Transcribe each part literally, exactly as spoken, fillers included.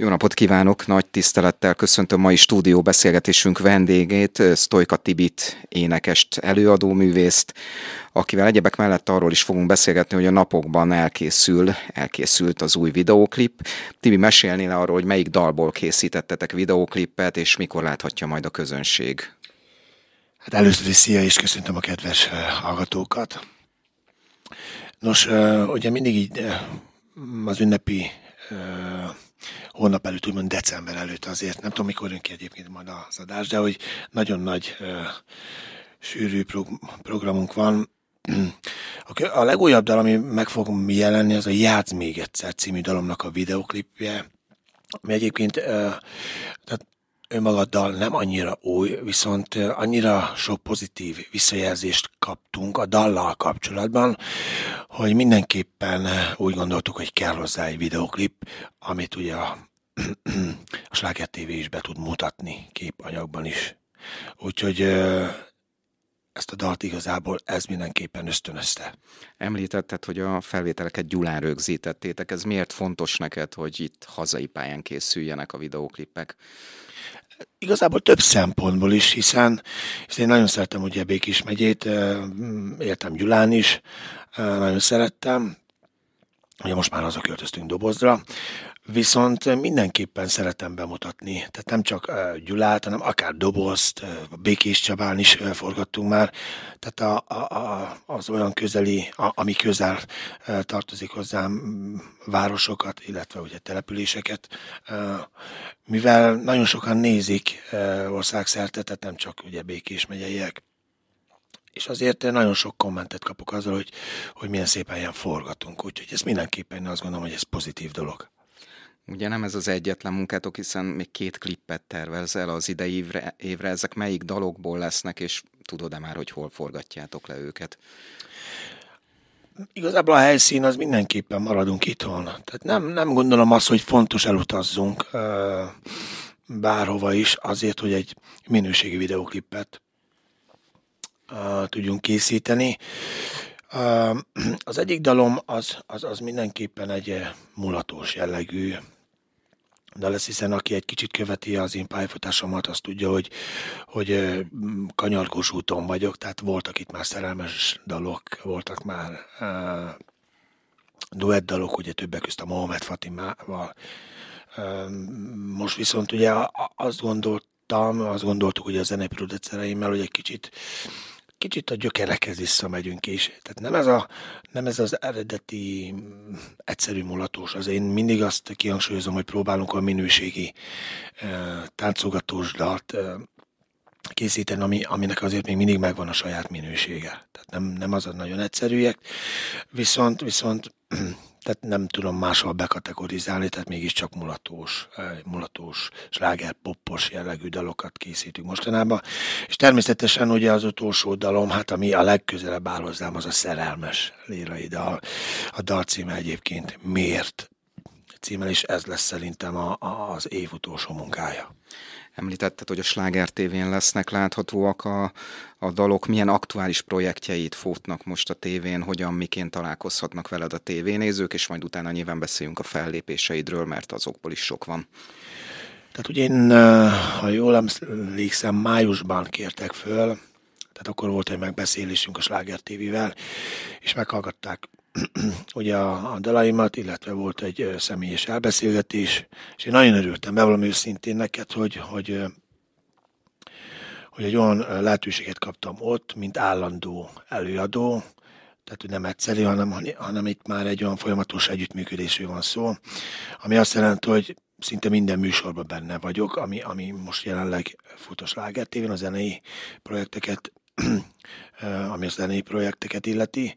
Jó napot kívánok! Nagy tisztelettel köszöntöm mai stúdió beszélgetésünk vendégét, Sztojka Tibit, énekest, előadóművészt, akivel egyebek mellett arról is fogunk beszélgetni, hogy a napokban elkészül, elkészült az új videóklip. Tibi, mesélnél arról, hogy melyik dalból készítettetek videóklipet, és mikor láthatja majd a közönség? Hát először is szia, és köszöntöm a kedves hallgatókat. Nos, ugye mindig így az ünnepi hónap előtt, úgymond december előtt azért, nem tudom, mikor jön ki egyébként majd az adás, de hogy nagyon nagy sűrű programunk van. A legújabb dal, ami meg fog jelenni, az a Játsz még egyszer című dalomnak a videóklipje, ami egyébként tehát önmagaddal nem annyira új, viszont annyira sok pozitív visszajelzést kaptunk a dallal kapcsolatban, hogy mindenképpen úgy gondoltuk, hogy kell hozzá egy videóklip, amit ugye a, a Sláger té vé is be tud mutatni képanyagban is. Úgyhogy ezt a dalt igazából ez mindenképpen ösztönözte. Említetted, hogy a felvételeket Gyulán rögzítettétek. Ez miért fontos neked, hogy itt hazai pályán készüljenek a videóklipek? Igazából több szempontból is, hiszen, hiszen én nagyon szeretem ugye Békés megyét, éltem Gyulán is, nagyon szerettem, ugye most már hazaköltöztünk Dobozra, viszont mindenképpen szeretem bemutatni, tehát nem csak Gyulát, hanem akár Dobozt, Békés Csabán is forgattunk már, tehát a, a, a, az olyan közeli, a, ami közel tartozik hozzám, városokat, illetve ugye településeket, mivel nagyon sokan nézik országszerte, tehát nem csak ugye Békés megyeiek, és azért nagyon sok kommentet kapok azzal, hogy, hogy milyen szépen ilyen forgatunk, úgyhogy ez mindenképpen azt gondolom, hogy ez pozitív dolog. Ugye nem ez az egyetlen munkátok, hiszen még két klippet tervezel az idei évre, évre. Ezek melyik dalokból lesznek, és tudod-e már, hogy hol forgatjátok le őket? Igazából a helyszín az mindenképpen maradunk itthon. Tehát nem, nem gondolom azt, hogy fontos elutazzunk bárhova is, azért, hogy egy minőségi videóklipet tudjunk készíteni. Az egyik dalom az, az, az mindenképpen egy mulatós jellegű de lesz, hiszen aki egy kicsit követi az én pályafutásomat, azt tudja, hogy, hogy kanyargós úton vagyok, tehát voltak itt már szerelmes dalok, voltak már uh, duett dalok, ugye többek közt a Mohamed Fatimával. Uh, most viszont ugye azt gondoltam, azt gondoltuk ugye a zenei producereimmel, hogy egy kicsit Kicsit a gyökerekhez visszamegyünk is. Tehát nem ez, a, nem ez az eredeti egyszerű mulatós. Az én mindig azt kihangsúlyozom, hogy próbálunk a minőségi uh, táncolgatós dalt uh, készíteni, ami, aminek azért még mindig megvan a saját minősége. Tehát nem, nem az a nagyon egyszerűek, viszont, viszont tehát nem tudom máshol bekategorizálni, tehát mégiscsak mulatós, mulatós, sláger, poppos jellegű dalokat készítünk mostanában. És természetesen ugye az utolsó dalom, hát ami a legközelebb áll hozzám, az a Szerelmes lírai dal. A dal címe egyébként Miért címmel, és ez lesz szerintem a, a, az év utolsó munkája. Említetted, hogy a Sláger té vén lesznek láthatóak a, a dalok. Milyen aktuális projektjeit futnak most a tévén, hogyan, miként találkozhatnak veled a tévénézők, és majd utána nyilván beszéljünk a fellépéseidről, mert azokból is sok van. Tehát ugye én, ha jól emlékszem, májusban kértek föl, tehát akkor volt egy megbeszélésünk a Sláger té vével, és meghallgatták ugye a, a dalaimat, illetve volt egy személyes elbeszélgetés, és én nagyon örültem, bevallom őszintén neked, hogy, hogy, hogy egy olyan lehetőséget kaptam ott, mint állandó előadó, tehát hogy nem egyszerű, hanem, hanem itt már egy olyan folyamatos együttműködésről van szó, ami azt jelenti, hogy szinte minden műsorban benne vagyok, ami, ami most jelenleg fut a Sláger té vén, a zenei projekteket, ami a zenei projekteket illeti.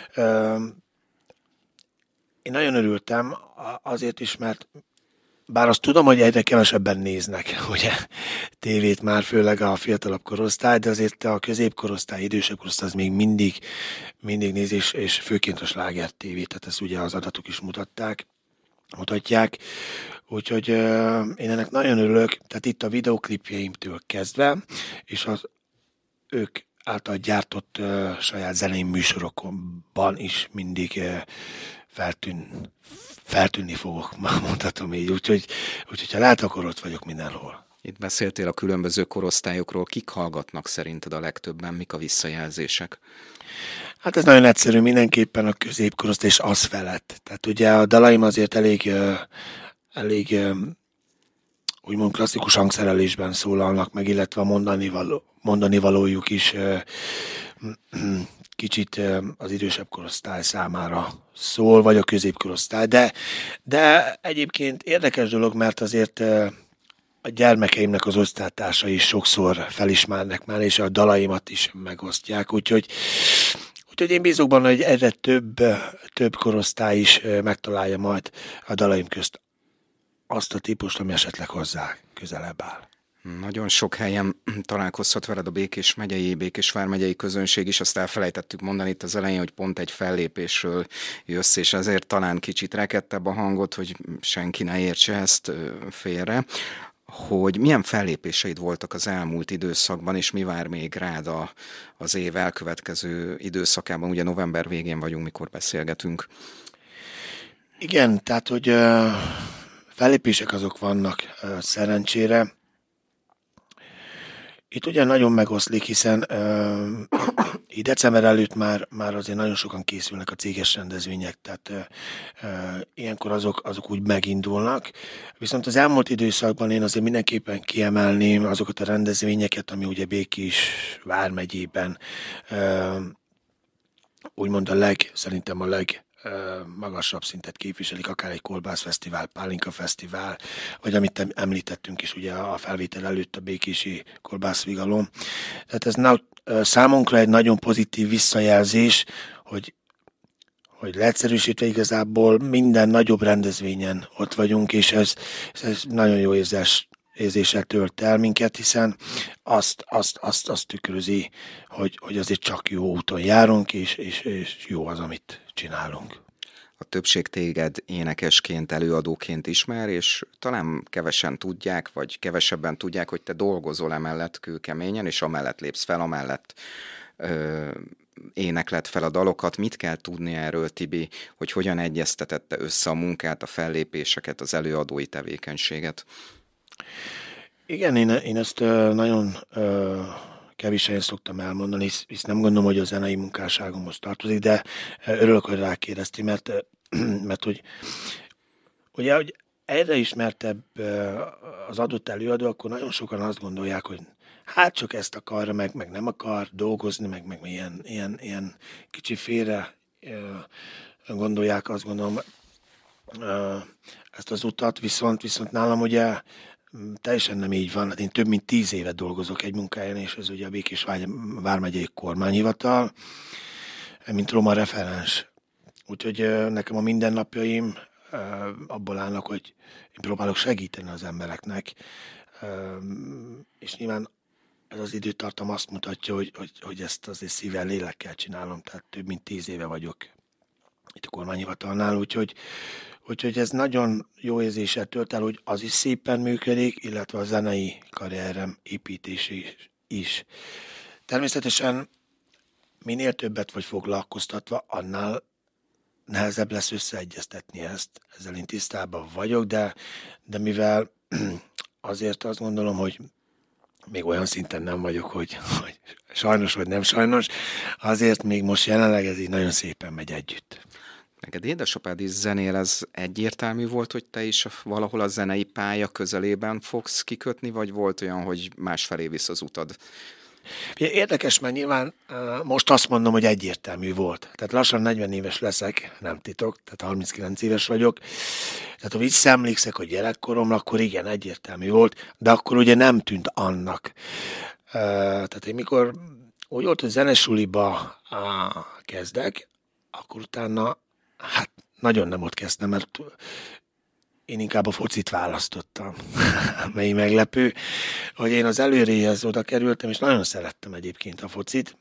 Én nagyon örültem azért is, mert bár azt tudom, hogy egyre kevesebben néznek ugye, tévét már, főleg a fiatalabb korosztály, de azért a középkorosztály, idősebb korosztály az még mindig, mindig néz, és, és főként a Sláger té vét, tehát ezt ugye az adatok is mutatták, mutatják. Úgyhogy euh, én ennek nagyon örülök, tehát itt a videóklipjeimtől kezdve, és az ők által gyártott uh, saját zenei műsorokban is mindig uh, feltűn, feltűnni fogok, mondhatom így. Úgyhogy, úgyhogy ha lehet, akkor ott vagyok mindenhol. Itt beszéltél a különböző korosztályokról. Kik hallgatnak szerinted a legtöbben? Mik a visszajelzések? Hát ez nagyon egyszerű, mindenképpen a középkorosztály és az felett. Tehát ugye a dalaim azért elég, elég úgymond klasszikus hangszerelésben szólalnak meg, illetve a mondani, való, mondani valójuk is kicsit az idősebb korosztály számára szól, vagy a középkorosztály. De, de egyébként érdekes dolog, mert azért a gyermekeimnek az osztálytársai is sokszor felismernek már, és a dalaimat is megosztják, úgyhogy, úgyhogy én bízok benne, hogy egyre több, több korosztály is megtalálja majd a dalaim közt azt a típust, ami esetleg hozzá közelebb áll. Nagyon sok helyen találkozhat veled a Békés megyei, Békés vármegyei közönség is, azt elfelejtettük mondani itt az elején, hogy pont egy fellépésről jössz, és ezért talán kicsit rekedtebb a hangot, hogy senki ne értse ezt félre, hogy milyen fellépéseid voltak az elmúlt időszakban, és mi vár még rád a, az év elkövetkező időszakában, ugye november végén vagyunk, mikor beszélgetünk. Igen, tehát, hogy uh, fellépések azok vannak uh, szerencsére. Itt ugye nagyon megoszlik, hiszen uh, így december előtt már, már azért nagyon sokan készülnek a céges rendezvények, tehát uh, uh, ilyenkor azok, azok úgy megindulnak. Viszont az elmúlt időszakban én azért mindenképpen kiemelném azokat a rendezvényeket, ami ugye Békés vármegyében uh, úgymond a leg, szerintem a leg magasabb szintet képviselik, akár egy kolbászfesztivál, pálinka fesztivál, vagy amit említettünk is ugye a felvétel előtt, a békési kolbászvigalom. Tehát ez na, számunkra egy nagyon pozitív visszajelzés, hogy, hogy leegyszerűsítve igazából minden nagyobb rendezvényen ott vagyunk, és ez, ez nagyon jó érzés, érzéssel tölt el minket, hiszen azt, azt, azt, azt tükrözi, hogy, hogy azért csak jó úton járunk, és, és, és jó az, amit csinálunk. A többség téged énekesként, előadóként ismer, és talán kevesen tudják, vagy kevesebben tudják, hogy te dolgozol emellett kőkeményen, és amellett lépsz fel, amellett ö, énekled fel a dalokat. Mit kell tudni erről, Tibi, hogy hogyan egyeztetette össze a munkát, a fellépéseket, az előadói tevékenységet? Igen, én, én ezt nagyon ö, kevés helyen szoktam elmondani, hisz, hisz nem gondolom, hogy a zenei munkásságomhoz tartozik, de örülök, hogy rákérdezti, mert, mert hogy ugye, hogy egyre ismertebb az adott előadó, akkor nagyon sokan azt gondolják, hogy hát csak ezt akar, meg, meg nem akar dolgozni, meg, meg ilyen, ilyen, ilyen kicsi félre gondolják, azt gondolom, ezt az utat, viszont, viszont nálam ugye teljesen nem így van. Én több mint tíz éve dolgozok egy munkáján, és ez ugye a Békés vármegyei kormányhivatal, mint roma referens. Úgyhogy nekem a mindennapjaim abból állnak, hogy én próbálok segíteni az embereknek, és nyilván ez az időtartam azt mutatja, hogy, hogy, hogy ezt azért szívvel, lélekkel csinálom, tehát több mint tíz éve vagyok itt a kormányhivatalnál, úgyhogy Úgyhogy ez nagyon jó érzéssel tölt el, hogy az is szépen működik, illetve a zenei karrierem építése is. Természetesen minél többet vagy foglalkoztatva, annál nehezebb lesz összeegyeztetni ezt. Ezzel én tisztában vagyok, de, de mivel azért azt gondolom, hogy még olyan szinten nem vagyok, hogy, hogy sajnos vagy nem sajnos, azért még most jelenleg ez így nagyon szépen megy együtt. Neked édesapád is zenél, ez egyértelmű volt, hogy te is valahol a zenei pálya közelében fogsz kikötni, vagy volt olyan, hogy másfelé visz az utad? Érdekes, mert nyilván most azt mondom, hogy egyértelmű volt. Tehát lassan negyven éves leszek, nem titok, tehát harminckilenc éves vagyok. Tehát ha visszaemlékszek a gyerekkoromra, akkor igen, egyértelmű volt, de akkor ugye nem tűnt annak. Tehát én mikor úgy volt, hogy zenesuliba kezdek, akkor utána hát nagyon nem ott kezdtem, mert én inkább a focit választottam, mely meglepő, hogy én az előréhez oda kerültem, és nagyon szerettem egyébként a focit.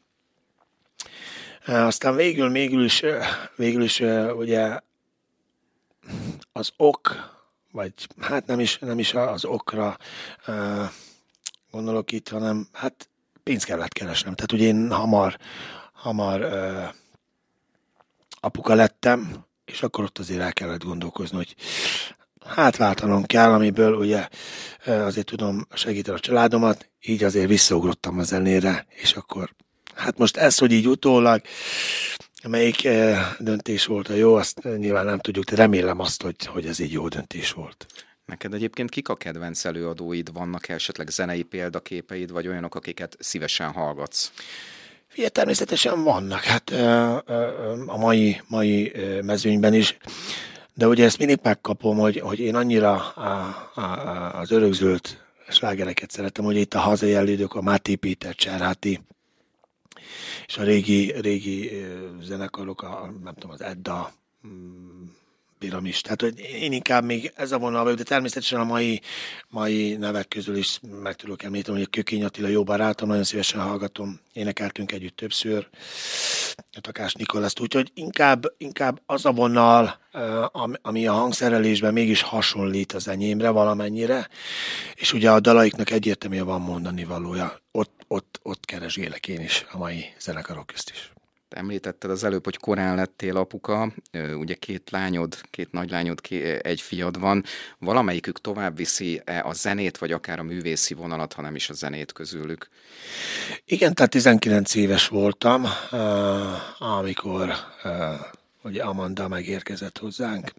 Aztán végül, végül is, végül is ugye az ok, vagy hát nem is, nem is az okra gondolok itt, hanem hát pénzt kellett keresnem. Tehát ugye én hamar, hamar apuka lettem, és akkor ott azért el kellett gondolkozni, hogy hát váltanom kell, amiből ugye azért tudom segíteni a családomat, így azért visszaugrottam a zenére, és akkor hát most ez, hogy így utólag melyik döntés volt a jó, azt nyilván nem tudjuk, de remélem azt, hogy, hogy ez egy jó döntés volt. Neked egyébként kik a kedvenc előadóid? Vannak esetleg zenei példaképeid, vagy olyanok, akiket szívesen hallgatsz? Figyelj, természetesen vannak, hát a mai, mai mezőnyben is, de ugye ezt mindig megkapom, hogy, hogy én annyira a, a, a, az örökzöld slágereket szeretem, hogy itt a hazai elődök, a Máté Péter, Cserháti, és a régi, régi zenekarok, a, nem tudom, az Edda, Piramis. Tehát, hogy én inkább még ez a vonal vagyok, de természetesen a mai, mai nevek közül is meg tudok említeni, hogy a Kökény Attila jó barátom, nagyon szívesen hallgatom, énekeltünk együtt többször, a Takás Nikolászt, úgyhogy inkább, inkább az a vonal, ami a hangszerelésben mégis hasonlít az enyémre valamennyire, és ugye a dalaiknak egyértelműen van mondani valója. Ott, ott, ott keresgélek én is a mai zenekarok közt is. Említetted az előbb, hogy korán lettél apuka, ugye két lányod, két nagylányod, egy fiad van. Valamelyikük tovább viszi a zenét, vagy akár a művészi vonalat, ha nem is a zenét közülük? Igen, tehát tizenkilenc éves voltam, amikor ugye Amanda megérkezett hozzánk.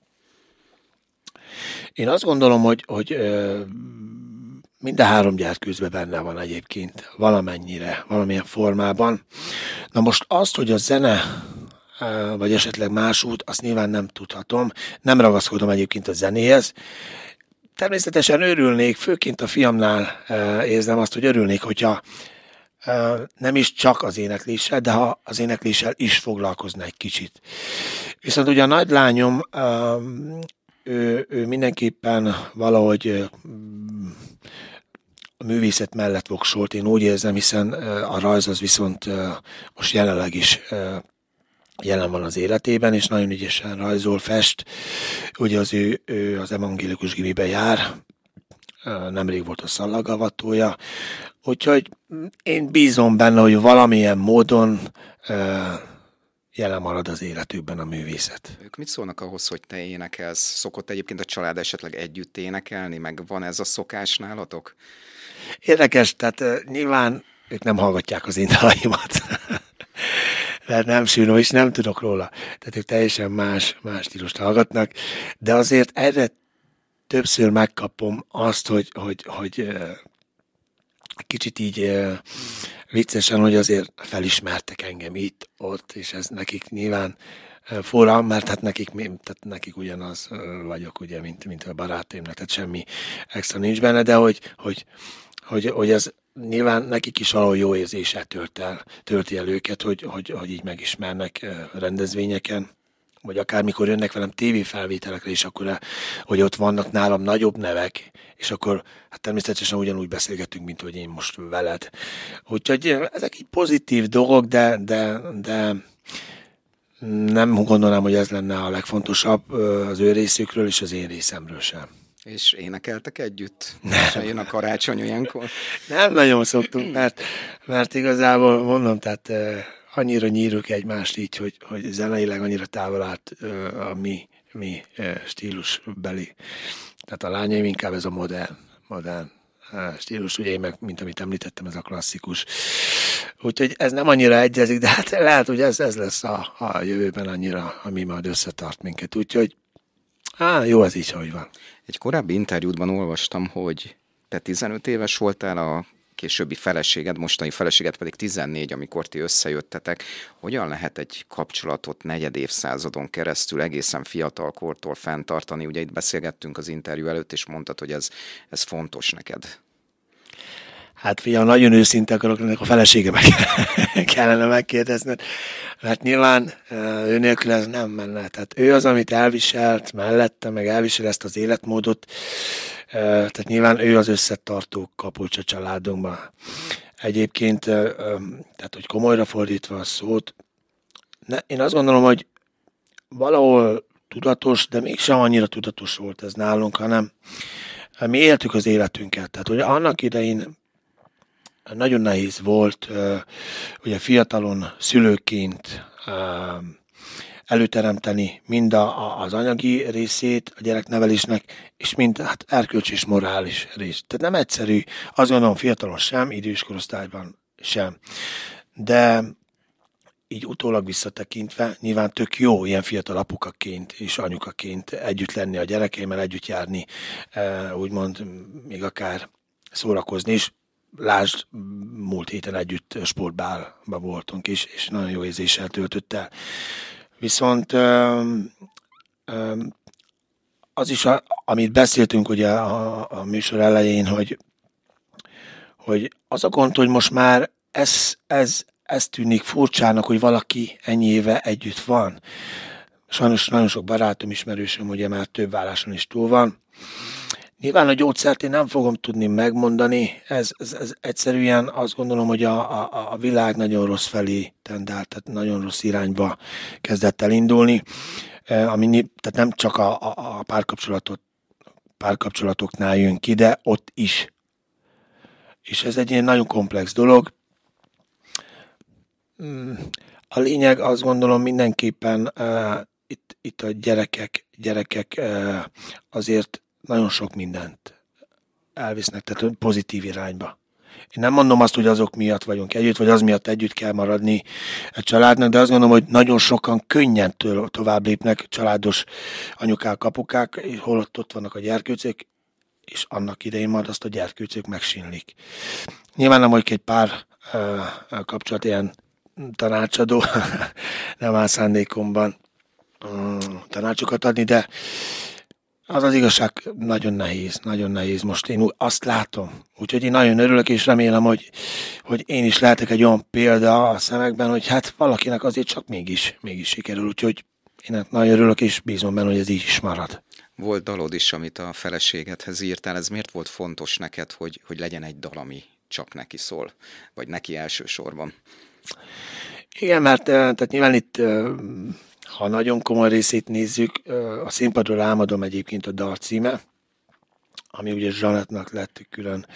Én azt gondolom, hogy, hogy minden három gyerek közben benne van egyébként, valamennyire, valamilyen formában. Na most azt, hogy a zene, vagy esetleg más út, azt nyilván nem tudhatom. Nem ragaszkodom egyébként a zenéhez. Természetesen örülnék, főként a fiamnál érzem azt, hogy örülnék, hogyha nem is csak az énekléssel, de ha az énekléssel is foglalkozna egy kicsit. Viszont ugye a nagylányom, ő, ő mindenképpen valahogy a művészet mellett voksolt, én úgy érzem, hiszen a rajz az viszont most jelenleg is jelen van az életében, és nagyon ügyesen rajzol, fest. Ugye az ő, ő az evangélikus gimibe jár, nemrég volt a szallagavatója, úgyhogy én bízom benne, hogy valamilyen módon jelen marad az életükben a művészet. Ők mit szólnak ahhoz, hogy te énekelsz? Szokott egyébként a család esetleg együtt énekelni, meg van ez a szokás nálatok? Érdekes, tehát uh, nyilván ők nem hallgatják az én dalaimat. Mert nem sűrű, és nem tudok róla. Tehát ők teljesen más, más stílust hallgatnak, de azért erre többször megkapom azt, hogy, hogy, hogy uh, kicsit így uh, viccesen, hogy azért felismertek engem itt, ott, és ez nekik nyilván uh, fura, mert hát nekik, tehát nekik ugyanaz uh, vagyok, ugye, mint, mint a barátaimnak, tehát semmi extra nincs benne, de hogy, hogy Hogy, hogy ez nyilván nekik is valahol jó érzéssel tölt el, tölti el őket, hogy, hogy, hogy így megismernek rendezvényeken, vagy akármikor jönnek velem tévéfelvételekre is, akkor, hogy ott vannak nálam nagyobb nevek, és akkor hát természetesen ugyanúgy beszélgetünk, mint hogy én most veled. Úgyhogy ezek így pozitív dolgok, de, de, de nem gondolnám, hogy ez lenne a legfontosabb az ő részükről, és az én részemről sem. És énekeltek együtt? Nem. Jön a karácsony olyankor? Nem nagyon szoktunk, mert, mert igazából mondom, tehát uh, annyira nyírjuk egymást így, hogy, hogy zeneileg annyira távol állt uh, a mi, mi uh, stílusbeli. Tehát a lányaim inkább ez a modern, modern uh, stílus, ugye én meg, mint amit említettem, ez a klasszikus. Úgyhogy ez nem annyira egyezik, de hát lehet, hogy ez, ez lesz a, a jövőben annyira, ami majd összetart minket. Úgyhogy Á, jó, ez így, ahogy van. Egy korábbi interjútban olvastam, hogy te tizenöt éves voltál, a későbbi feleséged, mostani feleséged pedig tizennégy, amikor ti összejöttetek. Hogyan lehet egy kapcsolatot negyed évszázadon keresztül egészen fiatal kortól fenntartani? Ugye itt beszélgettünk az interjú előtt, és mondtad, hogy ez, ez fontos neked. Hát figyelj, nagyon őszinte akarok, ennek a feleségemet kellene megkérdezned, mert nyilván ő nélkül ez nem menne. Tehát ő az, amit elviselt mellette, meg elvisel ezt az életmódot, tehát nyilván ő az összetartó kapocs a családunkban. Egyébként, tehát hogy komolyra fordítva a szót, ne, én azt gondolom, hogy valahol tudatos, de mégsem annyira tudatos volt ez nálunk, hanem mi éltük az életünket. Tehát hogy annak idején nagyon nehéz volt, ugye fiatalon szülőként előteremteni mind a, a, az anyagi részét a gyereknevelésnek, és mind hát erkölcsi és morális részt. Tehát nem egyszerű, azt gondolom fiatalon sem, idős korosztályban sem. De így utólag visszatekintve nyilván tök jó ilyen fiatal apukaként és anyukaként együtt lenni a gyerekeimmel, együtt járni, úgymond még akár szórakozni is. Lásd, múlt héten együtt sportbálba voltunk is, és nagyon jó érzéssel töltött el. Viszont az is, amit beszéltünk ugye a, a műsor elején, hogy, hogy az a gond, hogy most már ez, ez, ez tűnik furcsának, hogy valaki ennyi éve együtt van. Sajnos nagyon sok barátom, ismerősöm ugye már több válláson is túl van. Nyilván a gyógyszert én nem fogom tudni megmondani, ez, ez, ez egyszerűen azt gondolom, hogy a, a, a világ nagyon rossz felé tendált, tehát nagyon rossz irányba kezdett el indulni, ami tehát nem csak a, a, a párkapcsolatot, párkapcsolatoknál jön ki, de ott is. És ez egy ilyen nagyon komplex dolog. A lényeg azt gondolom mindenképpen uh, itt, itt a gyerekek, gyerekek uh, azért nagyon sok mindent elvisznek, tehát pozitív irányba. Én nem mondom azt, hogy azok miatt vagyunk együtt, vagy az miatt együtt kell maradni a családnak, de azt gondolom, hogy nagyon sokan könnyen tovább lépnek családos anyukák, apukák, holott ott vannak a gyerkőcök, és annak idején majd azt a gyerkőcök megsínlik. Nyilván nem vagyok egy pár uh, kapcsolat ilyen tanácsadó, nem áll szándékomban um, tanácsokat adni, de az az igazság nagyon nehéz, nagyon nehéz. Most én azt látom. Úgyhogy én nagyon örülök, és remélem, hogy, hogy én is lehetek egy olyan példa a szemekben, hogy hát valakinek azért csak mégis, mégis sikerül. Úgyhogy én nagyon örülök, és bízom benne, hogy ez így is marad. Volt dalod is, amit a feleségedhez írtál. Ez miért volt fontos neked, hogy, hogy legyen egy dal, ami csak neki szól? Vagy neki elsősorban? Igen, mert tehát nyilván itt... Ha nagyon komoly részét nézzük, a Színpadról álmodom egyébként a dal címe, ami ugye Zsanetnak lett külön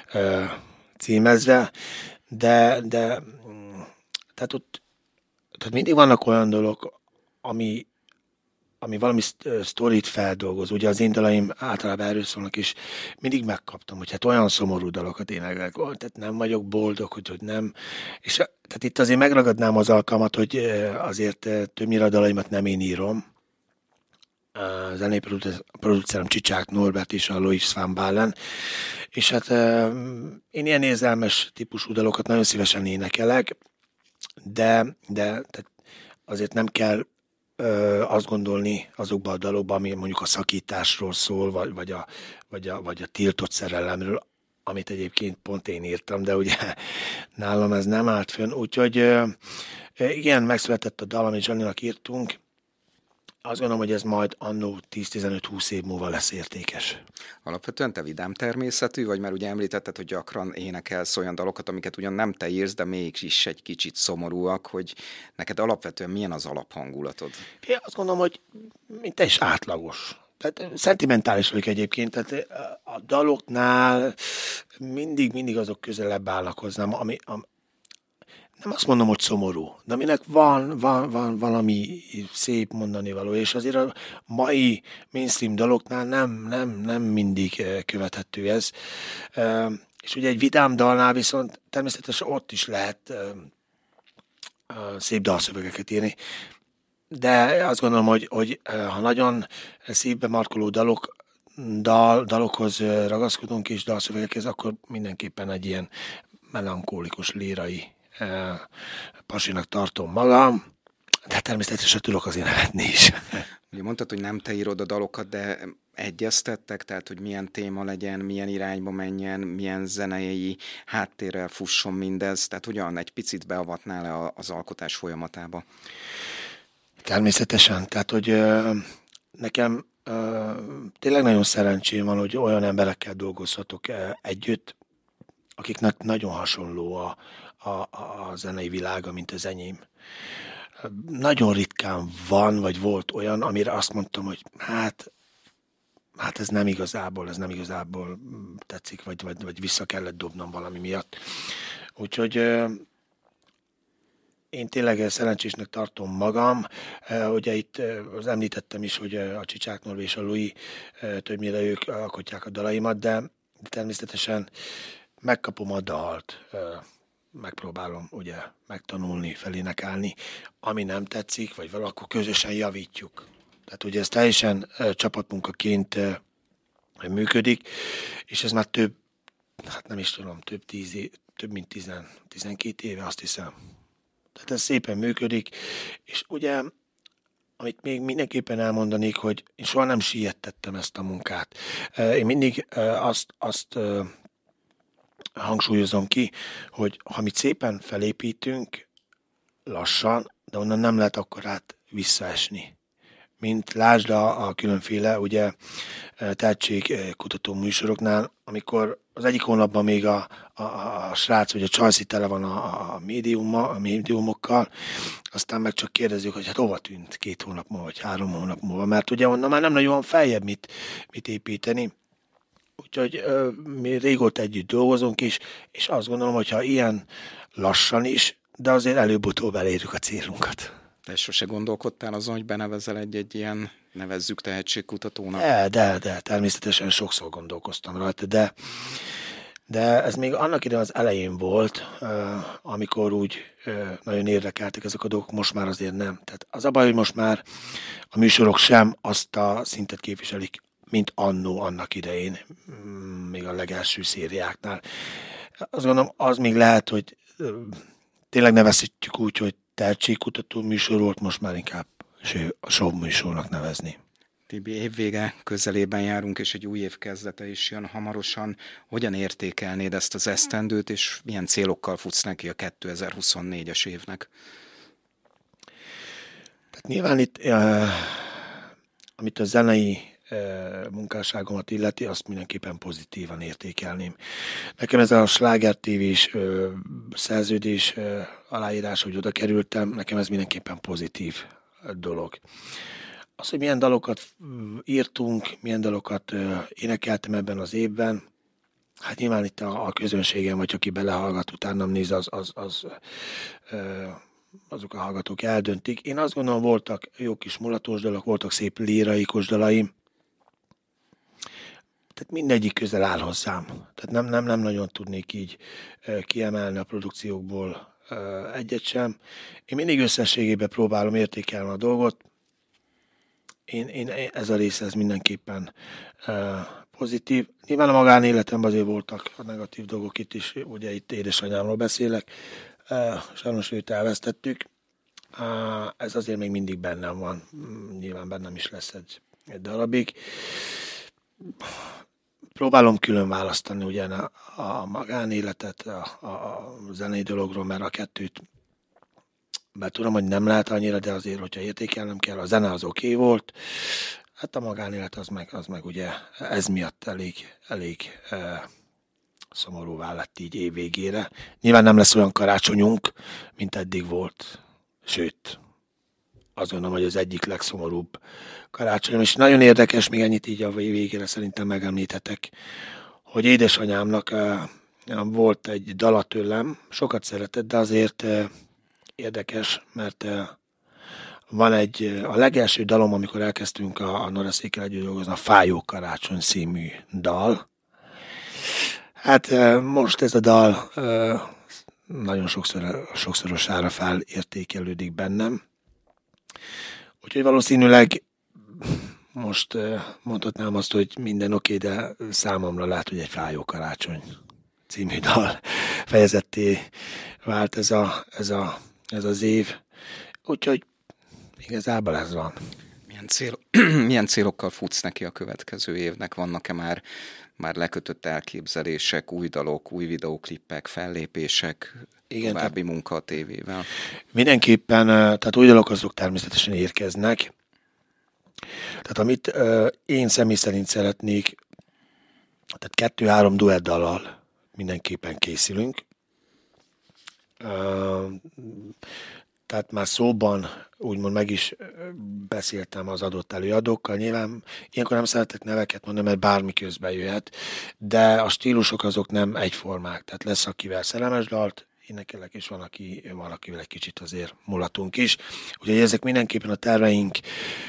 címezve, de, de tehát ott tehát mindig vannak olyan dolgok, ami, ami valami sztorit feldolgoz. Ugye az én dalaim általában erről szólnak, és mindig megkaptam, hogy hát olyan szomorú dalokat énekelek, tehát nem vagyok boldog, hogy, hogy nem. És tehát itt azért megragadnám az alkalmat, hogy azért többnyire a dalaimat nem én írom. A zenei producerem Csicsák Norbert és a Lois van Balen. És hát én ilyen érzelmes típusú dalokat nagyon szívesen énekelek, de, de tehát azért nem kell Ö, azt gondolni azokban a dalokban, ami mondjuk a szakításról szól, vagy, vagy, a, vagy, a, vagy a tiltott szerelemről, amit egyébként pont én írtam, de ugye nálam ez nem állt fönn. Úgyhogy ö, igen, megszületett a dal, amit Zsaninak írtunk. Azt gondolom, hogy ez majd annó tíz-tizenöt-húsz év múlva lesz értékes. Alapvetően te vidám természetű, vagy már ugye említetted, hogy gyakran énekelsz olyan dalokat, amiket ugyan nem te írsz, de mégis egy kicsit szomorúak, hogy neked alapvetően milyen az alaphangulatod? Én azt gondolom, hogy mint te is átlagos. Tehát szentimentális vagyok egyébként, tehát a daloknál mindig, mindig azok közelebb állnak hozzám, ami, ami nem azt mondom, hogy szomorú, de aminek van, van, van valami szép mondani való, és azért a mai mainstream daloknál nem, nem, nem mindig követhető ez. És ugye egy vidám dalnál viszont természetesen ott is lehet szép dalszövegeket írni, de azt gondolom, hogy, hogy ha nagyon szívbe markoló dalok, dal, dalokhoz ragaszkodunk és dalszövegekhez, akkor mindenképpen egy ilyen melankólikus, lírai pasinak tartom magam, de természetesen tudok azért nevetni is. Ugye mondtad, hogy nem te írod a dalokat, de egyeztettek, tehát hogy milyen téma legyen, milyen irányba menjen, milyen zenei háttérrel fusson mindez, tehát hogyan egy picit beavatnál le az alkotás folyamatába? Természetesen, tehát hogy ö, nekem ö, tényleg nagyon szerencsém van, hogy olyan emberekkel dolgozhatok együtt, akiknek nagyon hasonló a A, a zenei világa, mint az enyém. Nagyon ritkán van, vagy volt olyan, amire azt mondtam, hogy hát, hát ez nem igazából, ez nem igazából tetszik, vagy, vagy, vagy vissza kellett dobnom valami miatt. Úgyhogy én tényleg szerencsésnek tartom magam. Ugye itt az említettem is, hogy a Csicsák Norbi és a Lui többnyire ők alkotják a dalaimat, de természetesen megkapom a dalt, megpróbálom ugye megtanulni, felénekelni, ami nem tetszik, vagy valakor közösen javítjuk. Tehát ugye ez teljesen csapatmunkaként működik, és ez már több, hát nem is tudom, több tíz év, több mint tizen, tizenkét éve, azt hiszem. Tehát ez szépen működik, és ugye, amit még mindenképpen elmondanék, hogy én soha nem siettettem ezt a munkát. Én mindig azt, azt hangsúlyozom ki, hogy ha mi szépen felépítünk, lassan, de onnan nem lehet akkor át visszaesni. Mint lásd a, a különféle ugye, tehetségkutató műsoroknál, amikor az egyik hónapban még a, a, a srác vagy a csajszi tele van a, a, médiuma, a médiumokkal, aztán meg csak kérdezzük, hogy hát hova tűnt két hónap múlva, vagy három hónap múlva, mert ugye onnan már nem nagyon van feljebb mit, mit építeni. Úgyhogy ö, mi régóta együtt dolgozunk is, és azt gondolom, hogy ha ilyen lassan is, de azért előbb-utóbb elérjük a célunkat. Te sose gondolkodtál azon, hogy benevezel egy-egy ilyen, nevezzük tehetségkutatónak? De, de, de, természetesen sokszor gondolkoztam rajta, de, de ez még annak idején az elején volt, amikor úgy nagyon érdekeltek ezek a dolgok, most már azért nem. Tehát az a baj, hogy most már a műsorok sem azt a szintet képviselik, mint annó annak idején, még a legelső szériáknál. Azt gondolom, az még lehet, hogy tényleg nevezhetjük úgy, hogy tehetségkutató műsor volt, most már inkább a show műsornak nevezni. Tibi, évvége közelében járunk, és egy új év kezdete is jön hamarosan. Hogyan értékelnéd ezt az esztendőt, és milyen célokkal futsz neki a kétezer-huszonnégyes évnek? Tehát nyilván itt, eh, amit a zenei munkásságomat illeti, azt mindenképpen pozitívan értékelném. Nekem ez a Sláger té vés ö, szerződés ö, aláírás, hogy oda kerültem, nekem ez mindenképpen pozitív dolog. Az, hogy milyen dalokat írtunk, milyen dalokat ö, énekeltem ebben az évben, hát nyilván itt a, a közönségem, vagy aki belehallgat, utánam néz, az, az, az ö, azok a hallgatók eldöntik. Én azt gondolom, voltak jó kis mulatós dalok, voltak szép líraikus dalaim, tehát mindegyik közel áll hozzám. Tehát nem, nem, nem nagyon tudnék így uh, kiemelni a produkciókból uh, egyet sem. Én mindig összességében próbálom értékelni a dolgot. Én, én ez a része ez mindenképpen uh, pozitív. Nyilván a magánéletemben azért voltak a negatív dolgok itt is, ugye itt édesanyámról beszélek. Uh, sajnos őt elvesztettük. Uh, ez azért még mindig bennem van. Nyilván bennem is lesz egy, egy darabig. Próbálom külön választani ugye a, a magánéletet a, a, a zenei dologról, mert a kettőt bár tudom, hogy nem lehet annyira, de azért, hogyha értékelnem kell, a zene az oké okay volt, hát a magánélet az meg, az meg ugye ez miatt elég, elég e, szomorúvá lett így év végére. Nyilván nem lesz olyan karácsonyunk, mint eddig volt, sőt, azt gondolom, hogy az egyik legszomorúbb karácsonyom, és nagyon érdekes, még ennyit így a végére szerintem megemlíthetek, hogy édesanyámnak uh, volt egy dala tőlem, sokat szeretett, de azért uh, érdekes, mert uh, van egy, uh, a legelső dalom, amikor elkezdtünk a, a Noraszékkel együtt dolgozni, a Fájó Karácsony című dal. Hát uh, most ez a dal uh, nagyon sokszor, sokszorosára felértékelődik bennem. Úgyhogy valószínűleg most mondhatnám azt, hogy minden oké, de számomra lehet, hogy egy Fájó Karácsony című dal fejezetté vált ez, a, ez, a, ez az év. Úgyhogy igazából ez van. Milyen, cél, milyen célokkal futsz neki a következő évnek? Vannak-e már, már lekötött elképzelések, új dalok, új videóklippek, fellépések, igen, további tehát munka a tévével? Mindenképpen, tehát új dalok azok természetesen érkeznek. Tehát amit uh, én személy szerint szeretnék, tehát kettő-három duett dallal mindenképpen készülünk. Uh, tehát már szóban úgymond meg is beszéltem az adott előadókkal. Nyilván ilyenkor nem szeretek neveket mondani, mert bármi közben jöhet, de a stílusok azok nem egyformák. Tehát lesz, akivel szerelmes dalt énekelek, és van, aki, valakivel egy kicsit azért mulatunk is. Úgyhogy ezek mindenképpen a terveink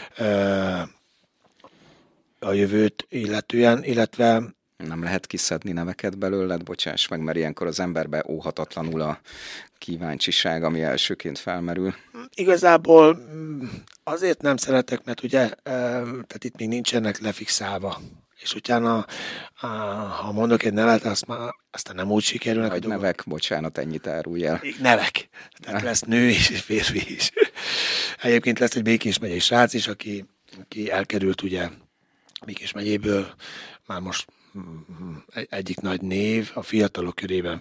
a jövőt illetően, illetve nem lehet kiszedni neveket belőled, bocsáss meg, mert ilyenkor az emberbe óhatatlanul a kíváncsiság, ami elsőként felmerül. Igazából azért nem szeretek, mert ugye, tehát itt még nincsenek lefixálva. És utána, ha mondok egy nevet, azt már, aztán nem úgy sikerülnek. Vagy nevek, bocsánat, ennyit árulj el. Nevek. Tehát lesz nő is, és férfi is. Egyébként lesz egy Békés megyei srác is, aki, aki elkerült ugye Békés megyéből, már most egyik nagy név, a fiatalok körében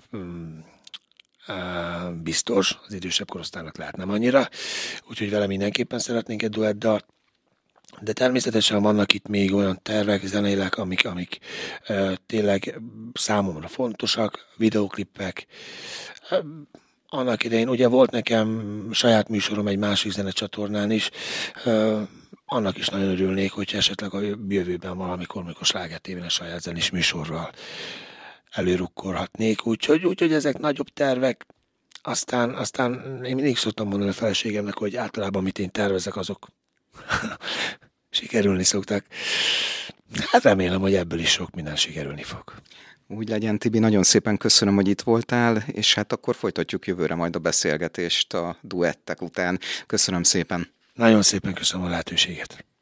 biztos, az idősebb korosztálynak lehet nem annyira, úgyhogy vele mindenképpen szeretnénk egy duettdalt. De természetesen vannak itt még olyan tervek, zeneileg, amik, amik uh, tényleg számomra fontosak, videóklippek. Uh, annak idején ugye volt nekem saját műsorom egy másik zenecsatornán is, uh, annak is nagyon örülnék, hogyha esetleg a jövőben valamikor, mikor Sláger té vén a saját zenés műsorral előrukkolhatnék. Úgyhogy, úgyhogy ezek nagyobb tervek. Aztán, aztán én mindig szoktam mondani a feleségemnek, hogy általában amit én tervezek, azok sikerülni szoktak. Hát remélem, hogy ebből is sok minden sikerülni fog. Úgy legyen, Tibi, nagyon szépen köszönöm, hogy itt voltál, és hát akkor folytatjuk jövőre majd a beszélgetést a duettek után. Köszönöm szépen. Nagyon szépen köszönöm a lehetőséget.